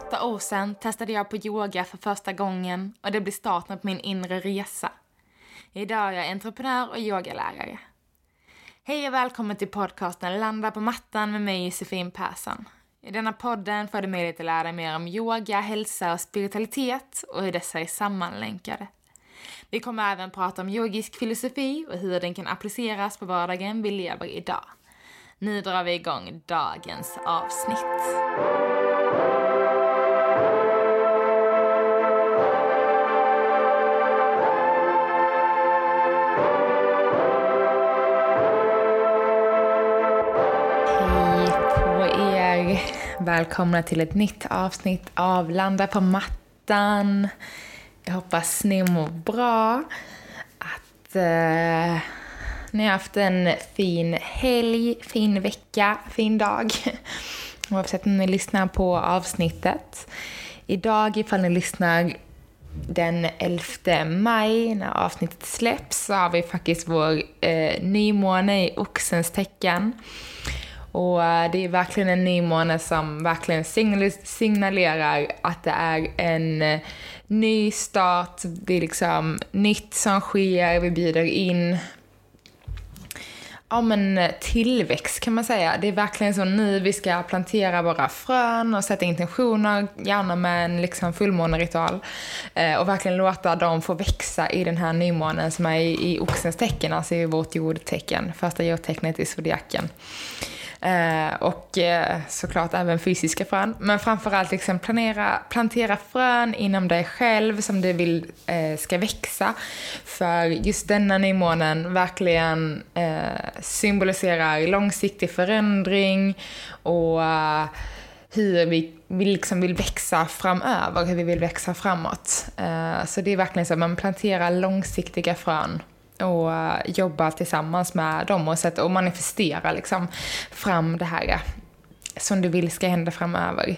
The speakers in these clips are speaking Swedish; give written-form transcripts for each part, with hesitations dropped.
8 år sedan testade jag på yoga för första gången och det blev starten på min inre resa. Idag är jag entreprenör och yogalärare. Hej och välkommen till podcasten Landa på mattan med mig Josefin Persson. I denna podden får du möjlighet att lära dig mer om yoga, hälsa och spiritualitet och hur dessa är sammanlänkade. Vi kommer även prata om yogisk filosofi och hur den kan appliceras på vardagen vi lever idag. Nu drar vi igång dagens avsnitt. Välkomna till ett nytt avsnitt av Landa på mattan. Jag hoppas ni mår bra. Att ni har haft en fin helg, fin vecka, fin dag. Oavsett om ni lyssnar på avsnittet. Idag, ifall ni lyssnar den 11 maj när avsnittet släpps, så har vi faktiskt vår nymåne i Oxens tecken. Och det är verkligen en nymåne som verkligen signalerar att det är en ny start. Det är liksom nytt som sker. Vi bjuder in tillväxt kan man säga. Det är verkligen så nu vi ska plantera våra frön och sätta intentioner, gärna med en liksom fullmåneritual. Och verkligen låta dem få växa i den här nymånen som är i Oxens tecken, alltså i vårt jordtecken, första jordtecknet i zodiaken. Och såklart även fysiska frön, men framförallt liksom plantera frön inom dig själv som du vill ska växa, för just denna nymånen verkligen symboliserar långsiktig förändring och hur vi liksom vill växa framöver, hur vi vill växa framåt. Så det är verkligen så att man planterar långsiktiga frön och jobba tillsammans med dem och manifestera liksom fram det här som du vill ska hända framöver.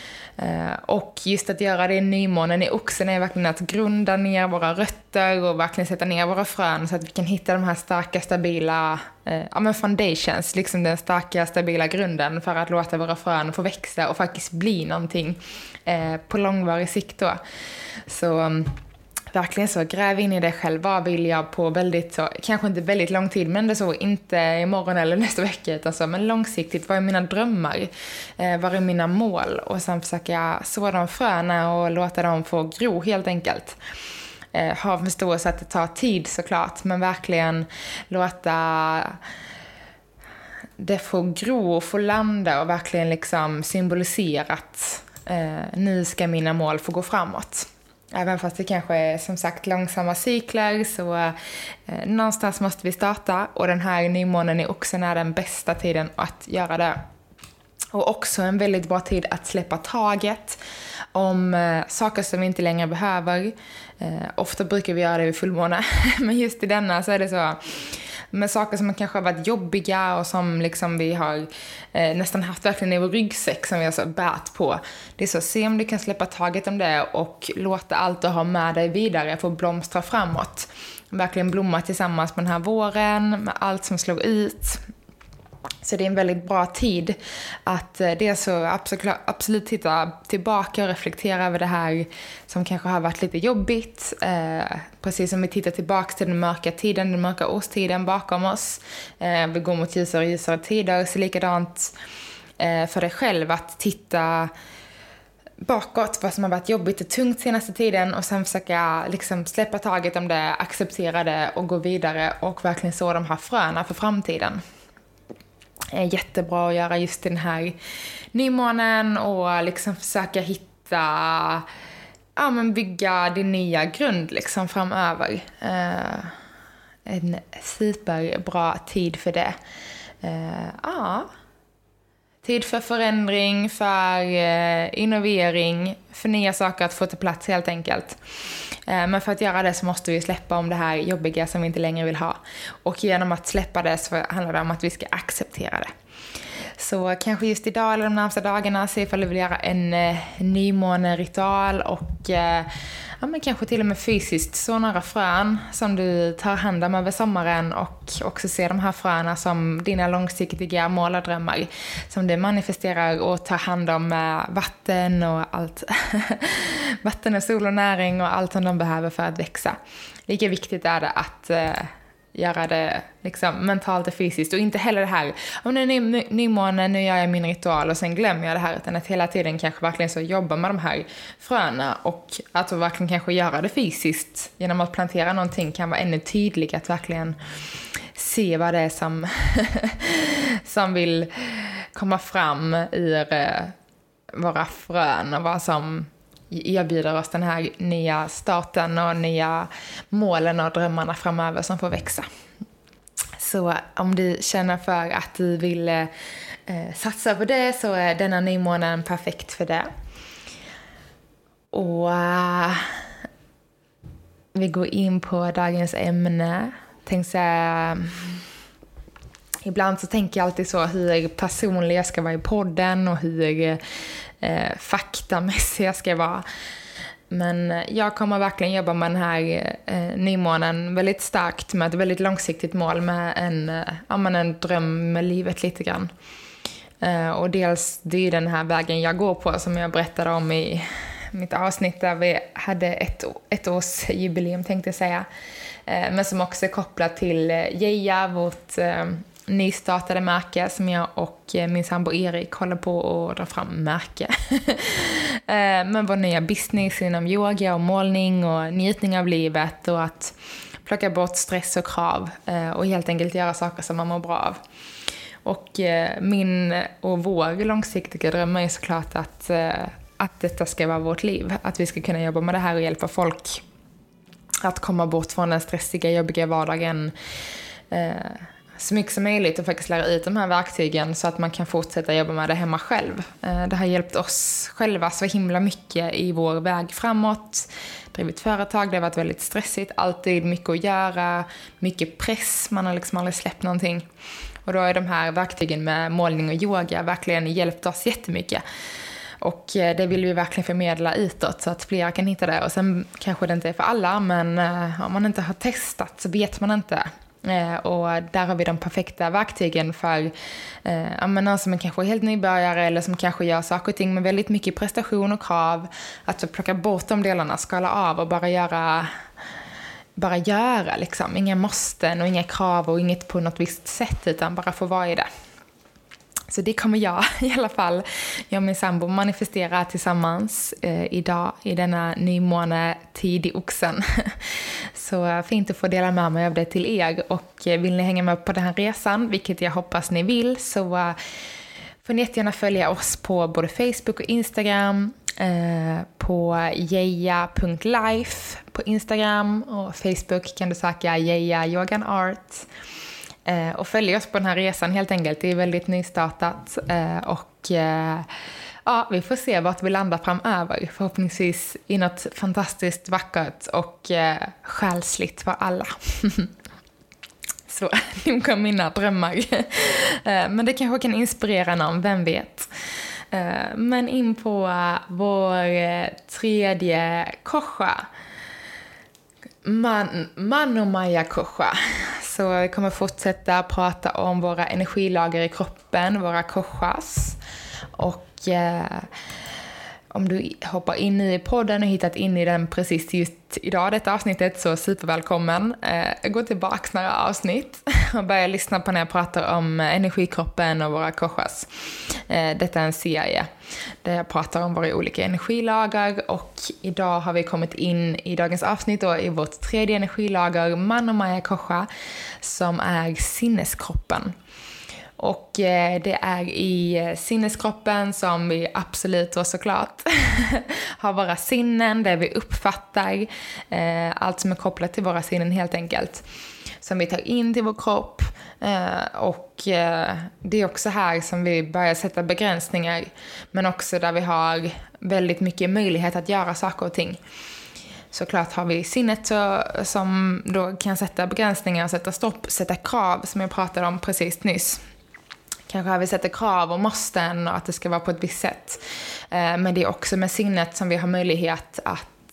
Och just att göra det i nymånen i Oxen är verkligen att grunda ner våra rötter och verkligen sätta ner våra frön så att vi kan hitta de här starka, stabila foundations, liksom den starka, stabila grunden för att låta våra frön få växa och faktiskt bli någonting på långvarig sikt då. Så verkligen så, gräv in i dig själv. Vad vill jag på väldigt så, kanske inte väldigt lång tid, men det så inte imorgon eller nästa vecka, alltså, men långsiktigt, vad är mina drömmar? Vad är mina mål? Och sen försöka jag så de fröna och låta dem få gro helt enkelt. Ha förståelse att det tar tid såklart, men verkligen låta det få gro och få landa och verkligen liksom symbolisera att nu ska mina mål få gå framåt. Även fast det kanske är som sagt långsamma cykler, så någonstans måste vi starta, och den här nymånen i Oxen är den bästa tiden att göra det. Och också en väldigt bra tid att släppa taget om saker som vi inte längre behöver. Ofta brukar vi göra det vid fullmåne, men just i denna så är det så med saker som kanske har varit jobbiga och som liksom vi har nästan haft verkligen i vår ryggsäck som vi har så bärt på. Det är så, se om du kan släppa taget om det och låta allt du har med dig vidare få blomstra framåt. Verkligen blomma tillsammans med den här våren, med allt som slår ut. Så det är en väldigt bra tid att det så absolut titta tillbaka och reflektera över det här som kanske har varit lite jobbigt. Precis som vi tittar tillbaka till den mörka tiden, den mörka årstiden bakom oss. Vi går mot ljusare och ljusare tider. Så likadant för dig själv att titta bakåt vad som har varit jobbigt och tungt senaste tiden och sen försöka liksom släppa taget om det, acceptera det och gå vidare och verkligen så de här fröna för framtiden. Är jättebra att göra just den här nymånen och liksom försöka hitta, bygga din nya grund liksom framöver. En superbra tid för det. Tid för förändring, för innovering, för nya saker att få till plats helt enkelt. Men för att göra det så måste vi släppa om det här jobbiga som vi inte längre vill ha. Och genom att släppa det så handlar det om att vi ska acceptera det. Så kanske just idag eller de närmaste dagarna se ifall du vill göra en nymåneritual och men kanske till och med fysiskt så några frön som du tar hand om över sommaren, och också se de här fröna som dina långsiktiga mål och drömmar som du manifesterar och tar hand om med vatten och allt. Vatten och sol och näring och allt som de behöver för att växa. Lika viktigt är det att göra det liksom mentalt och fysiskt, och inte heller det här om det är nymåne, nu gör jag min ritual och sen glömmer jag det här, utan att hela tiden kanske verkligen så jobba med de här fröna, och att verkligen kanske göra det fysiskt genom att plantera någonting kan vara ännu tydligare, att verkligen se vad det är som som vill komma fram ur våra frön och vad som erbjuder oss den här nya starten och nya målen och drömmarna framöver som får växa. Så om du känner för att du vill satsa på det, så är denna nymånen perfekt för det. Och vi går in på dagens ämne. Tänk så här, ibland så tänker jag alltid så hur personlig jag ska vara i podden och hur faktamässig jag ska vara. Men jag kommer verkligen jobba med den här nymånen väldigt starkt, med ett väldigt långsiktigt mål, med en dröm med livet lite grann. Och dels det är den här vägen jag går på, som jag berättade om i mitt avsnitt där vi hade ett års jubileum, tänkte jag säga. Men som också är kopplat till Geja, vårt nystartade märke som jag och min sambo Erik håller på att dra fram märke. Men vår nya business inom yoga och målning och njutning av livet, och att plocka bort stress och krav och helt enkelt göra saker som man mår bra av. Och min och vår långsiktiga dröm är såklart att detta ska vara vårt liv. Att vi ska kunna jobba med det här och hjälpa folk att komma bort från den stressiga, jobbiga vardagen så mycket som möjligt, och faktiskt lära ut de här verktygen så att man kan fortsätta jobba med det hemma själv. Det har hjälpt oss själva så himla mycket i vår väg framåt. Drivit företag, det har varit väldigt stressigt, alltid mycket att göra, mycket press, man har liksom aldrig släppt någonting. Och då är de här verktygen med målning och yoga verkligen hjälpt oss jättemycket. Och det vill vi verkligen förmedla utåt så att fler kan hitta det. Och sen kanske det inte är för alla, men om man inte har testat så vet man inte. Och där har vi de perfekta verktygen för någon som är kanske helt nybörjare, eller som kanske gör saker och ting med väldigt mycket prestation och krav. Att plocka bort de delarna, skala av och bara göra liksom. Inga måsten och inga krav och inget på något visst sätt, utan bara få vara i det. Så det kommer jag i alla fall, jag och min sambo, manifestera tillsammans idag i denna nymåne tid i oxen. Så fint att få dela med mig av det till er, och vill ni hänga med på den här resan, vilket jag hoppas ni vill, så får ni jättegärna följa oss på både Facebook och Instagram, på jeja.life på Instagram, och Facebook kan du söka Jeja Yoga and Art. Och följ oss på den här resan helt enkelt. Det är väldigt nystartat. Och vi får se vart vi landar framöver. Förhoppningsvis i något fantastiskt vackert och själsligt för alla. Så nu kommer mina drömmar. Men det kanske kan inspirera någon, vem vet. Men in på vår tredje kosha. Manomaya kosha. Så vi kommer fortsätta prata om våra energilager i kroppen, våra koshas. Och om du hoppar in i podden och hittat in i den precis just idag, detta avsnittet, så supervälkommen. Gå tillbaka några avsnitt och börja lyssna på när jag pratar om energikroppen och våra koshas. Detta är en serie där jag pratar om våra olika energilager, och idag har vi kommit in i dagens avsnitt då, i vårt tredje energilager, Manomaya kosha, som är sinneskroppen. Och det är i sinneskroppen som vi absolut och såklart har våra sinnen, där vi uppfattar allt som är kopplat till våra sinnen helt enkelt. Som vi tar in till vår kropp, och det är också här som vi börjar sätta begränsningar, men också där vi har väldigt mycket möjlighet att göra saker och ting. Såklart har vi sinnet som då kan sätta begränsningar, sätta stopp, sätta krav, som jag pratade om precis nyss. Kanske har vi sätter krav och måsten och att det ska vara på ett visst sätt. Men det är också med sinnet som vi har möjlighet att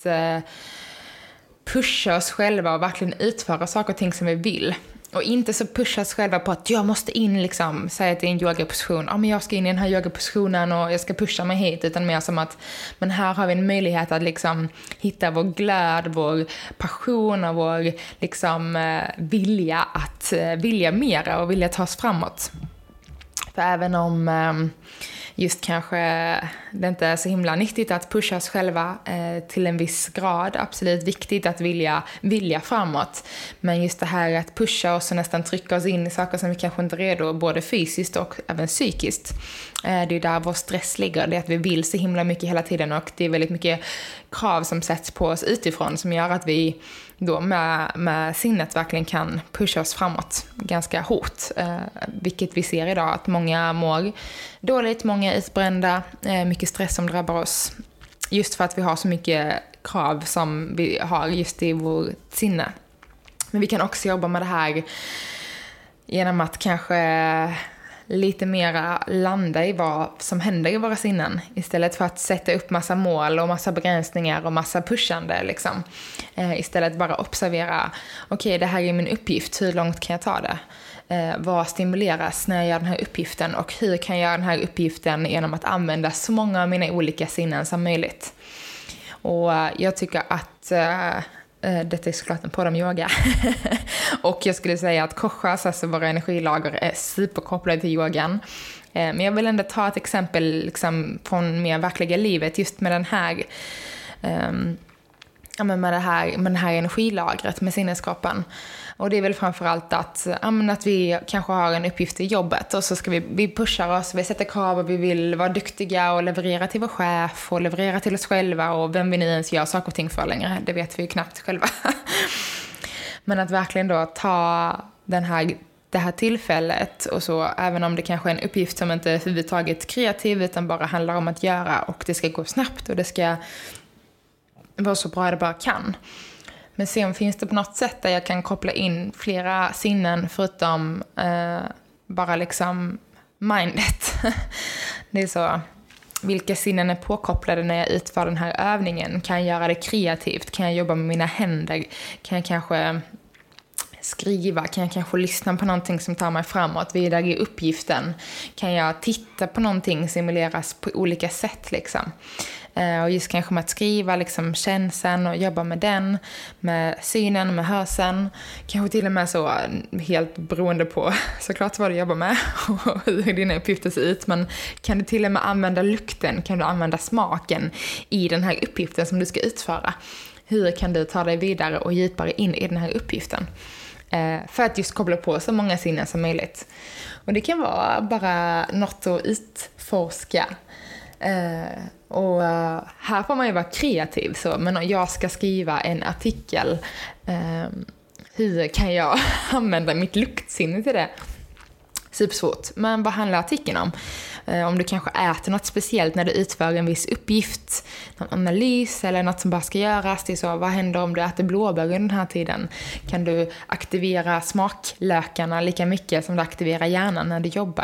pusha oss själva och verkligen utföra saker och ting som vi vill. Och inte så pusha oss själva på att jag måste in liksom, säga till en yogaposition. Ja, men jag ska in i den här yogapositionen och jag ska pusha mig hit. Utan mer som att, men här har vi en möjlighet att liksom hitta vår glöd, vår passion och vår liksom vilja att vilja mera och vilja ta oss framåt. För även om just kanske det inte är så himla nyttigt att pusha oss själva till en viss grad. Absolut viktigt att vilja framåt. Men just det här att pusha oss och nästan trycka oss in i saker som vi kanske inte är redo, både fysiskt och även psykiskt. Det är där vår stress ligger. Det är att vi vill så himla mycket hela tiden och det är väldigt mycket krav som sätts på oss utifrån som gör att vi då med sinnet verkligen kan pusha oss framåt ganska hårt. Vilket vi ser idag att många mår dåligt, många är utbrända, mycket stress som drabbar oss. Just för att vi har så mycket krav som vi har just i vårt sinne. Men vi kan också jobba med det här genom att kanske lite mera landa i vad som händer i våra sinnen. Istället för att sätta upp massa mål och massa begränsningar och massa pushande. Liksom. Istället bara observera, okej, det här är min uppgift, hur långt kan jag ta det? Vad stimuleras när jag gör den här uppgiften? Och hur kan jag göra den här uppgiften genom att använda så många av mina olika sinnen som möjligt? Och jag tycker att detta är såklart en podd om yoga. Och jag skulle säga att koshas, alltså våra energilager, är superkopplade till yogan. Men jag vill ändå ta ett exempel liksom, från mer verkliga livet just med den här med det här energilagret, med sinneskapen. Och det är väl framförallt att vi kanske har en uppgift i jobbet och så ska vi pushar oss, vi sätter krav och vi vill vara duktiga och leverera till vår chef och leverera till oss själva och vem vi nu ens gör saker och ting för längre, det vet vi ju knappt själva. Men att verkligen då ta det här tillfället och så, även om det kanske är en uppgift som inte är överhuvudtaget kreativ utan bara handlar om att göra och det ska gå snabbt och det ska vara så bra det bara kan. Men sen finns det på något sätt där jag kan koppla in flera sinnen förutom bara liksom mindet. Det är så, vilka sinnen är påkopplade när jag utför den här övningen? Kan jag göra det kreativt? Kan jag jobba med mina händer? Kan jag kanske skriva? Kan jag kanske lyssna på någonting som tar mig framåt vidare i uppgiften? Kan jag titta på någonting simuleras på olika sätt liksom? Och just kanske med att skriva liksom känslan och jobba med den, med synen, med hörseln, kanske till och med så helt beroende på såklart vad du jobbar med och hur dina uppgifter ser ut, men kan du till och med använda lukten, kan du använda smaken i den här uppgiften som du ska utföra? Hur kan du ta dig vidare och djupare in i den här uppgiften? För att just koppla på så många sinnen som möjligt. Och det kan vara bara något att utforska. Och här får man ju vara kreativ så, men om jag ska skriva en artikel, hur kan jag använda mitt luktsinne till det? Supersvårt. Men vad handlar artikeln om? Om du kanske äter något speciellt när du utför en viss uppgift, någon analys eller något som bara ska göras. Det är så, vad händer om du äter blåbär under den här tiden? Kan du aktivera smaklökarna lika mycket som du aktiverar hjärnan när du jobbar?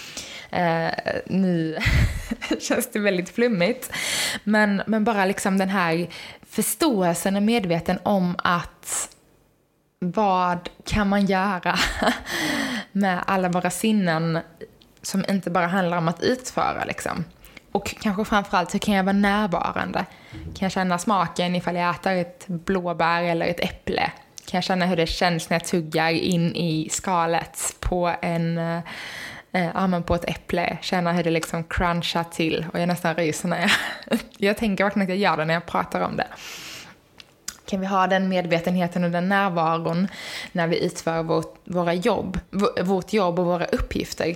Nu känns det väldigt flummigt, men bara liksom den här förståelsen är medveten om att vad kan man göra med alla våra sinnen som inte bara handlar om att utföra liksom. Och kanske framförallt, hur kan jag vara närvarande? Kan jag känna smaken ifall jag äter ett blåbär eller ett äpple? Kan jag känna hur det känns när jag tuggar in i skalet på på ett äpple, känna hur det liksom crunchar till och jag nästan ryser när jag tänker verkligen att jag gör det när jag pratar om det. Kan vi ha den medvetenheten och den närvaron när vi utför vårt jobb och våra uppgifter?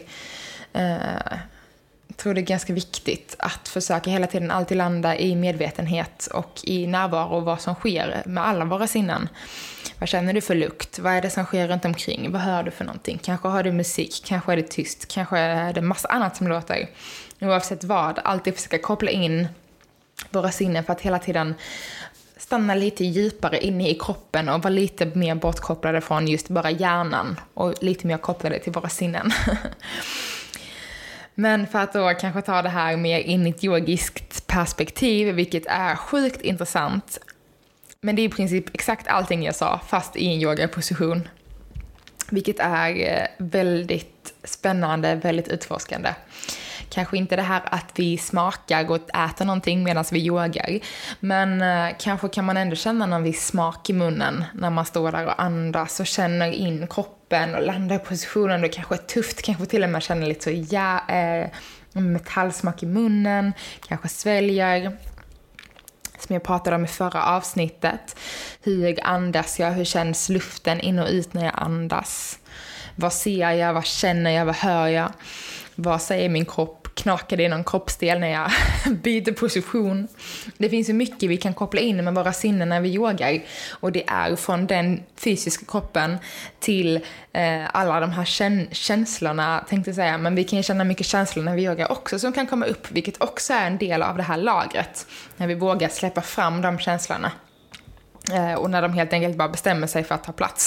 Jag tror det är ganska viktigt att försöka hela tiden alltid landa i medvetenhet och i närvaro vad som sker med alla våra sinnen. Vad känner du för lukt? Vad är det som sker runt omkring? Vad hör du för någonting? Kanske hör du musik, kanske är det tyst, kanske är det massa annat som låter. Oavsett vad, alltid försöka koppla in våra sinnen för att hela tiden stanna lite djupare inne i kroppen och vara lite mer bortkopplade från just bara hjärnan och lite mer kopplade till våra sinnen. Men för att då kanske ta det här mer in i ett yogiskt perspektiv, vilket är sjukt intressant. Men det är i princip exakt allting jag sa, fast i en yogaposition. Vilket är väldigt spännande, väldigt utforskande. Kanske inte det här att vi smakar och äter någonting medan vi yogar. Men kanske kan man ändå känna någon viss smak i munnen när man står där och andas och känner in kroppen och landar i positionen. Det kanske är tufft, kanske till och med känner lite så metallsmak i munnen, kanske sväljer. Som jag pratade om i förra avsnittet. Hur andas jag? Hur känns luften in och ut när jag andas? Vad ser jag? Vad känner jag? Vad hör jag? Vad säger min kropp? Knakar det i någon kroppsdel när jag byter position? Det finns så mycket vi kan koppla in med våra sinnen när vi yogar. Och det är från den fysiska kroppen till alla de här känslorna, tänkte jag säga. Men vi kan ju känna mycket känslor när vi yogar också som kan komma upp. Vilket också är en del av det här lagret. När vi vågar släppa fram de känslorna. Och när de helt enkelt bara bestämmer sig för att ta plats.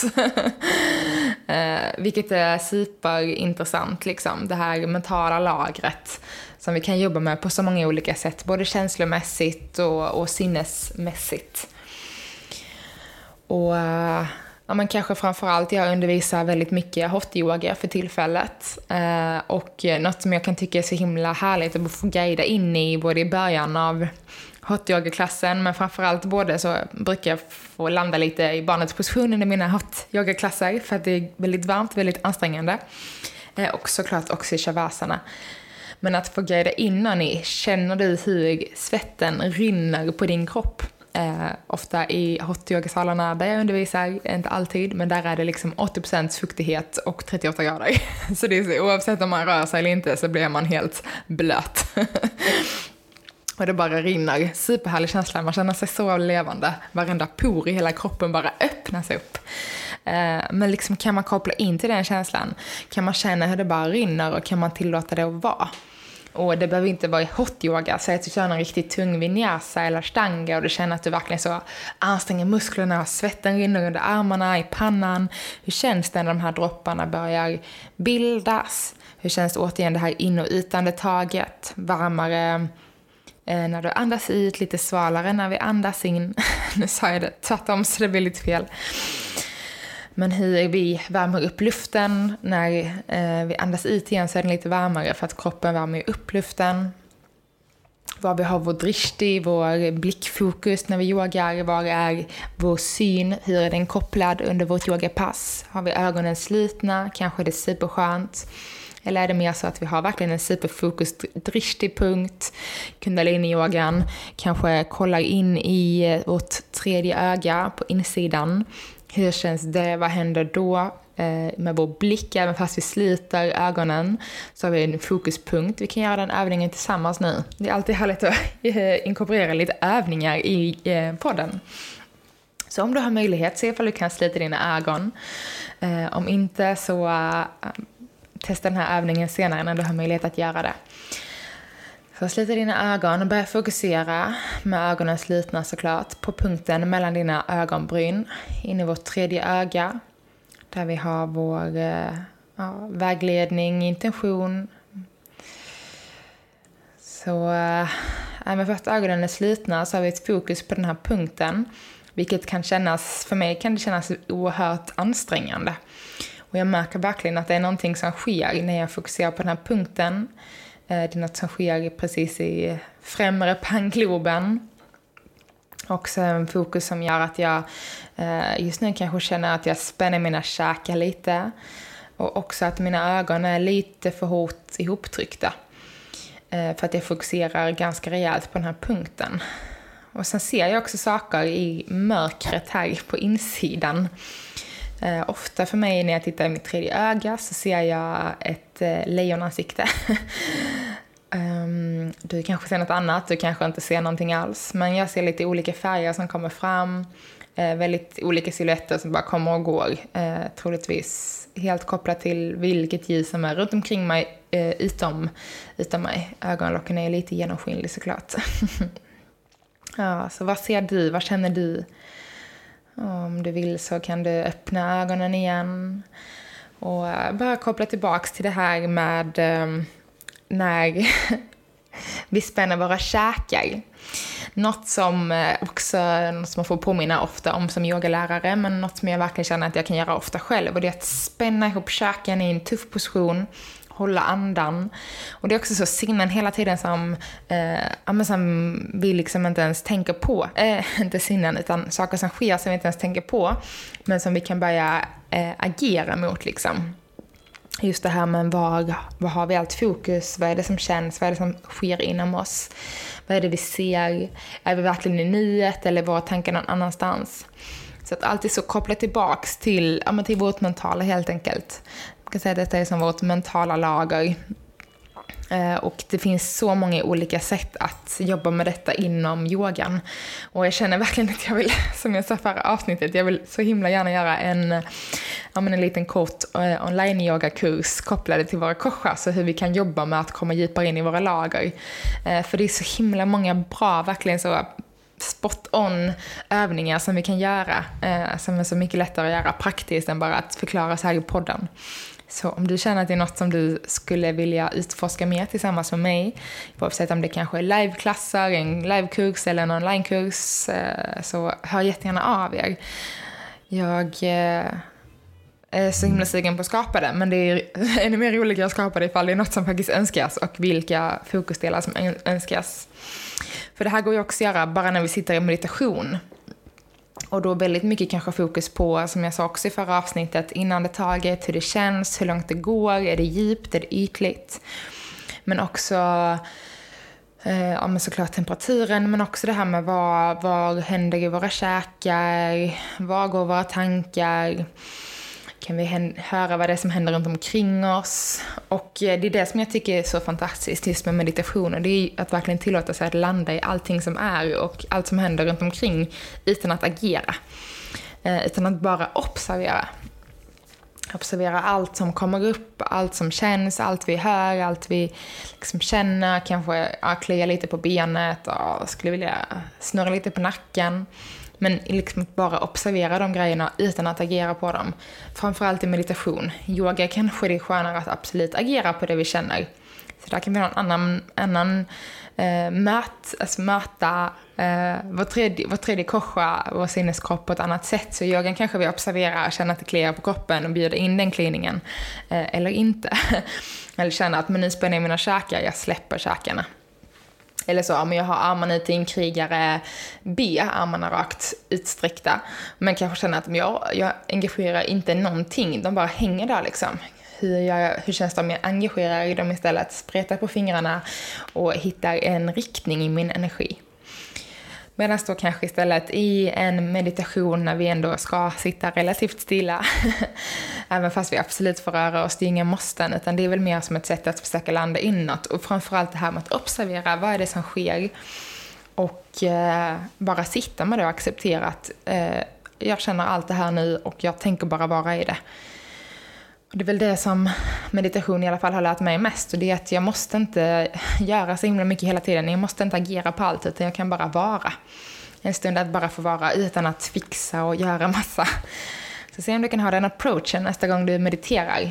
Vilket är superintressant liksom. Det här mentala lagret som vi kan jobba med på så många olika sätt. Både känslomässigt och sinnesmässigt. Och men kanske framförallt jag undervisar väldigt mycket hot-yoga för tillfället. Och något som jag kan tycka är så himla härligt att få guida in i både i början av hot-yoga-klassen, men framförallt både så brukar jag få landa lite i barnets position under mina hot-yoga-klasser för att det är väldigt varmt, väldigt ansträngande. Och såklart också i shavasana. Men att få guida innan i, känner du hur svetten rinner på din kropp? Ofta i hot-yoga-salarna där jag undervisar, inte alltid, men där är det liksom 80% fuktighet och 38 grader. Så det är så, oavsett om man rör sig eller inte så blir man helt blöt. Och det bara rinner. Superhärlig känsla. Man känner sig så levande. Varenda por i hela kroppen bara öppnas upp. Men liksom kan man koppla in till den känslan? Kan man känna hur det bara rinner och kan man tillåta det att vara? Och det behöver inte vara i hot yoga. Så att du kör en riktigt tung vinyasa eller stanga och du känner att du verkligen så anstränger musklerna och svetten rinner under armarna, i pannan. Hur känns det när de här dropparna börjar bildas? Hur känns det återigen det här in- och utandetaget? Varmare när du andas ut, lite svalare när vi andas in. Nu sa jag det tvärtom så det blir lite fel. Men hur vi värmer upp luften. När vi andas ut igen så är den lite varmare för att kroppen värmer upp luften. Var vi har vår drishti, vår blickfokus när vi yogar. Var är vår syn? Hur är den kopplad under vårt yogapass? Har vi ögonen slutna? Kanske är det superskönt. Eller är det mer så att vi har verkligen en superfokus drishti-punkt, kundalini-yogan, kanske kollar in i vårt tredje öga på insidan. Hur känns det? Vad händer då med vår blick? Även fast vi sliter ögonen så har vi en fokuspunkt. Vi kan göra den övningen tillsammans nu. Det är alltid härligt att inkorporera lite övningar i podden. Så om du har möjlighet, se ifall du kan slita dina ögon. Om inte så testa den här övningen senare när du har möjlighet att göra det. Så slita dina ögon och börja fokusera med ögonen slutna såklart på punkten mellan dina ögonbryn in i vårt tredje öga där vi har vår vägledning, intention. Så även för att ögonen är slutna så har vi ett fokus på den här punkten, vilket kan kännas, för mig kan det kännas oerhört ansträngande. Och jag märker verkligen att det är någonting som sker när jag fokuserar på den här punkten. Det är något som sker precis i främre pangloben. Också en fokus som gör att jag just nu kanske känner att jag spänner mina käkar lite. Och också att mina ögon är lite för hårt ihoptryckta. För att jag fokuserar ganska rejält på den här punkten. Och sen ser jag också saker i mörkret här på insidan. Ofta för mig när jag tittar i mitt tredje öga så ser jag ett lejonansikte. Du kanske ser något annat, du kanske inte ser någonting alls. Men jag ser lite olika färger som kommer fram. Väldigt olika silhuetter som bara kommer och går. Troligtvis helt kopplat till vilket ljus som är runt omkring mig utom mig. Ögonlocken är lite genomskinlig såklart. Ja, så vad ser du? Vad känner du? Om du vill så kan du öppna ögonen igen och bara koppla tillbaks till det här med när vi spänner våra käkar. Något som man får påminna ofta om som yogalärare, men något som jag verkligen känner att jag kan göra ofta själv. Och det är att spänna ihop käken i en tuff position, hålla andan. Och det är också så sinnen hela tiden som vi liksom inte ens tänker på. Inte sinnen, utan saker som sker som vi inte ens tänker på, men som vi kan börja agera mot liksom. Just det här med vad har vi allt fokus, vad är det som känns, vad är det som sker inom oss, vad är det vi ser, är vi verkligen i nuet eller var tanken någon annanstans. Så att allt är så kopplat tillbaks till vårt mentala helt enkelt. Man kan säga att detta är som vårt mentala lager. Och det finns så många olika sätt att jobba med detta inom yogan. Och jag känner verkligen att jag vill, som jag sa förra avsnittet, jag vill så himla gärna göra en liten kort online-yoga-kurs kopplade till våra koshar. Så hur vi kan jobba med att komma djupare in i våra lager. För det är så himla många bra, verkligen så spot on övningar som vi kan göra. Som är så mycket lättare att göra praktiskt än bara att förklara så här i podden. Så om du känner att det är något som du skulle vilja utforska mer tillsammans med mig, oavsett om det kanske är liveklasser, en livekurs eller en onlinekurs, så hör jättegärna av er. Jag är så himla sugen på att skapa det, men det är ännu mer roligt att skapa det ifall det är något som faktiskt önskas och vilka fokusdelar som önskas. För det här går ju också att göra bara när vi sitter i meditation. Och då väldigt mycket kanske fokus på, som jag sa också i förra avsnittet, inandetaget, hur det känns, hur långt det går, är det djupt, är det ytligt. Men också men såklart temperaturen, men också det här med vad händer i våra käkar, var går våra tankar, kan vi höra vad det är som händer runt omkring oss. Och det är det som jag tycker är så fantastiskt just med meditation, och det är att verkligen tillåta sig att landa i allting som är och allt som händer runt omkring utan att agera, utan att bara observera allt som kommer upp, allt som känns, allt vi hör, allt vi liksom känner, kanske klia lite på benet och skulle vilja snurra lite på nacken. Men liksom bara observera de grejerna utan att agera på dem. Framförallt i meditation. Yoga kanske det är skönare att absolut agera på det vi känner. Så där kan vi ha en annan möta vår tredje kosha, vår sinneskropp på ett annat sätt. Så yogan kanske vi observerar, känner att det kliar på kroppen och bjuder in den kliningen. Eller inte. Eller känner att nu spänner jag mina käkar, jag släpper käkarna. Eller så, men jag har armarna ut i en krigare B, armarna rakt utsträckta. Men kanske känner att jag engagerar inte någonting, de bara hänger där liksom. Hur känns det om jag engagerar i dem istället, spretar på fingrarna och hittar en riktning i min energi. Medan då kanske istället i en meditation när vi ändå ska sitta relativt stilla, även fast vi absolut får röra oss, det är inga måsten, utan det är väl mer som ett sätt att försöka landa inåt. Och framförallt det här med att observera vad är det som sker och bara sitta med det och acceptera att jag känner allt det här nu och jag tänker bara vara i det. Och det är väl det som meditation i alla fall har lärt mig mest, och det är att jag måste inte göra så himla mycket hela tiden. Jag måste inte agera på allt, utan jag kan bara vara. En stund att bara få vara utan att fixa och göra massa. Så se om du kan ha den approachen nästa gång du mediterar.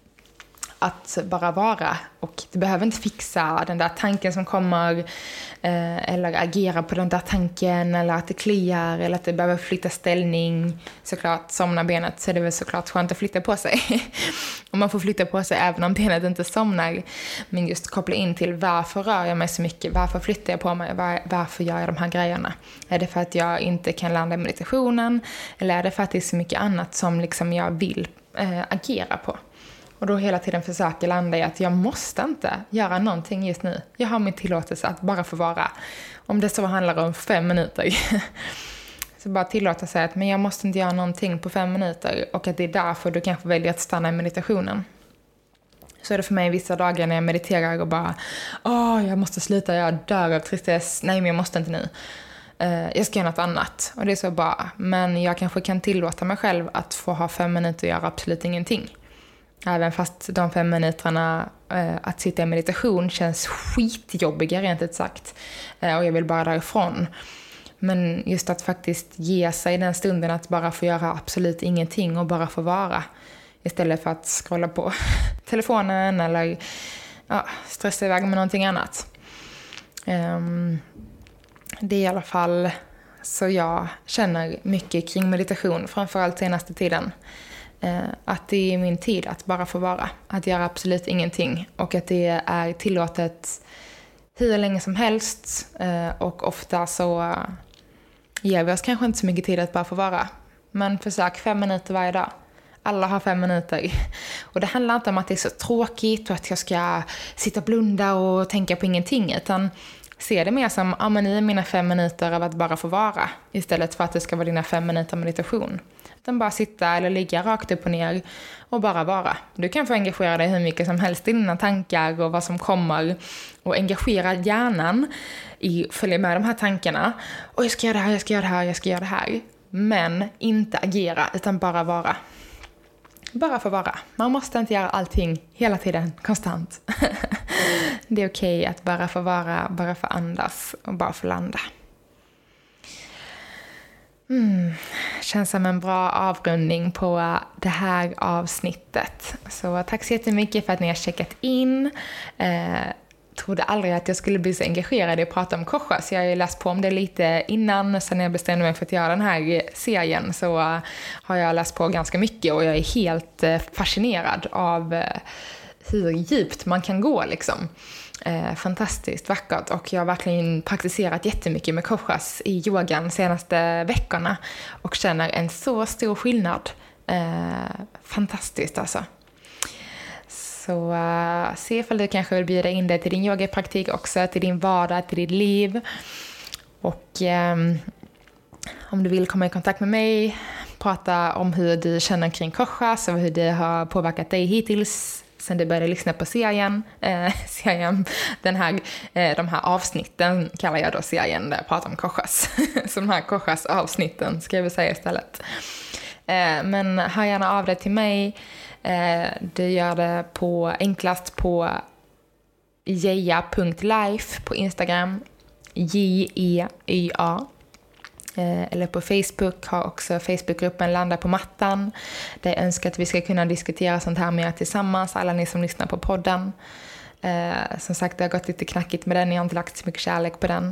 Att bara vara, och du behöver inte fixa den där tanken som kommer eller agera på den där tanken, eller att det kliar eller att det behöver flytta ställning. Såklart, somnar benet så är det väl såklart skönt att flytta på sig. Och man får flytta på sig även om benet inte somnar. Men just koppla in till varför rör jag mig så mycket, varför flyttar jag på mig, varför gör jag de här grejerna. Är det för att jag inte kan landa i meditationen, eller är det för att det är så mycket annat som liksom jag vill agera på. Och då hela tiden försöker landa i att jag måste inte göra någonting just nu. Jag har min tillåtelse att bara få vara. Om det så handlar om 5 minuter. Så bara tillåta sig att men jag måste inte göra någonting på 5 minuter. Och att det är därför du kanske väljer att stanna i meditationen. Så är det för mig vissa dagar när jag mediterar och bara jag måste sluta, jag dör av tristess. Nej, men jag måste inte nu. Jag ska göra något annat. Och det är så bara, men jag kanske kan tillåta mig själv att få ha 5 minuter och göra absolut ingenting. Även fast de 5 minuterna att sitta i meditation känns skitjobbiga rent ut sagt. Och jag vill bara därifrån. Men just att faktiskt ge sig den stunden att bara få göra absolut ingenting och bara få vara. Istället för att scrolla på telefonen eller stressa iväg med någonting annat. Det är i alla fall så jag känner mycket kring meditation, framförallt senaste tiden. Att det är min tid att bara få vara, att göra absolut ingenting, och att det är tillåtet hur länge som helst, och ofta så ger vi oss kanske inte så mycket tid att bara få vara. Men försök 5 minuter varje dag. Alla har 5 minuter. Och det handlar inte om att det är så tråkigt och att jag ska sitta och blunda och tänka på ingenting, utan se det mer som, ja men nu är mina 5 minuter av att bara få vara, istället för att det ska vara dina 5 minuter meditation. Utan bara sitta eller ligga rakt upp och ner och bara vara. Du kan få engagera dig hur mycket som helst i dina tankar och vad som kommer, och engagera hjärnan i följa med de här tankarna. Och jag ska göra det här, jag ska göra det här, jag ska göra det här. Men inte agera, utan bara vara. Bara få vara. Man måste inte göra allting hela tiden, konstant. Det är okej att bara få vara, bara få andas och bara få landa. Känns som en bra avrundning på det här avsnittet. Så tack så jättemycket för att ni har checkat in. Trodde aldrig att jag skulle bli så engagerad i att prata om korsas. Jag har ju läst på om det lite innan, sen när jag bestämde mig för att göra den här serien så har jag läst på ganska mycket, och jag är helt fascinerad av hur djupt man kan gå liksom. Fantastiskt vackert, och jag har verkligen praktiserat jättemycket med korsas i yogan senaste veckorna och känner en så stor skillnad. Fantastiskt alltså. Så se ifall du kanske vill bjuda in dig till din yogapraktik också, till din vardag, till ditt liv. Och om du vill komma i kontakt med mig, prata om hur du känner kring korsas och hur det har påverkat dig hittills sen du började lyssna på serien. De här avsnitten kallar jag då serien där jag pratar om korsas. Så de här korsas avsnitten ska jag väl säga istället. Men hör gärna av dig till mig. Du gör det enklast på jeja.life på Instagram, JEYA, eller på Facebook. Har också Facebookgruppen Landa på mattan, där jag önskar att vi ska kunna diskutera sånt här mer tillsammans, alla ni som lyssnar på podden. Som sagt, det har gått lite knackigt med den, jag har inte lagt så mycket kärlek på den.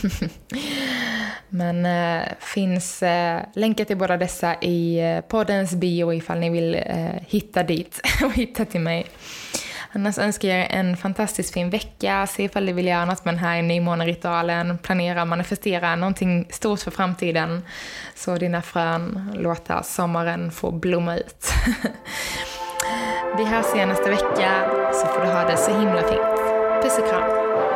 Men finns länkar till båda dessa i poddens bio ifall ni vill hitta dit och hitta till mig. Annars önskar jag en fantastiskt fin vecka. Se ifall du vill göra något med den här nymåneritualen. Planera, manifestera någonting stort för framtiden. Så dina frön låter sommaren få blomma ut. Vi hörs igen nästa vecka, så får du ha det så himla fint. Puss och kram.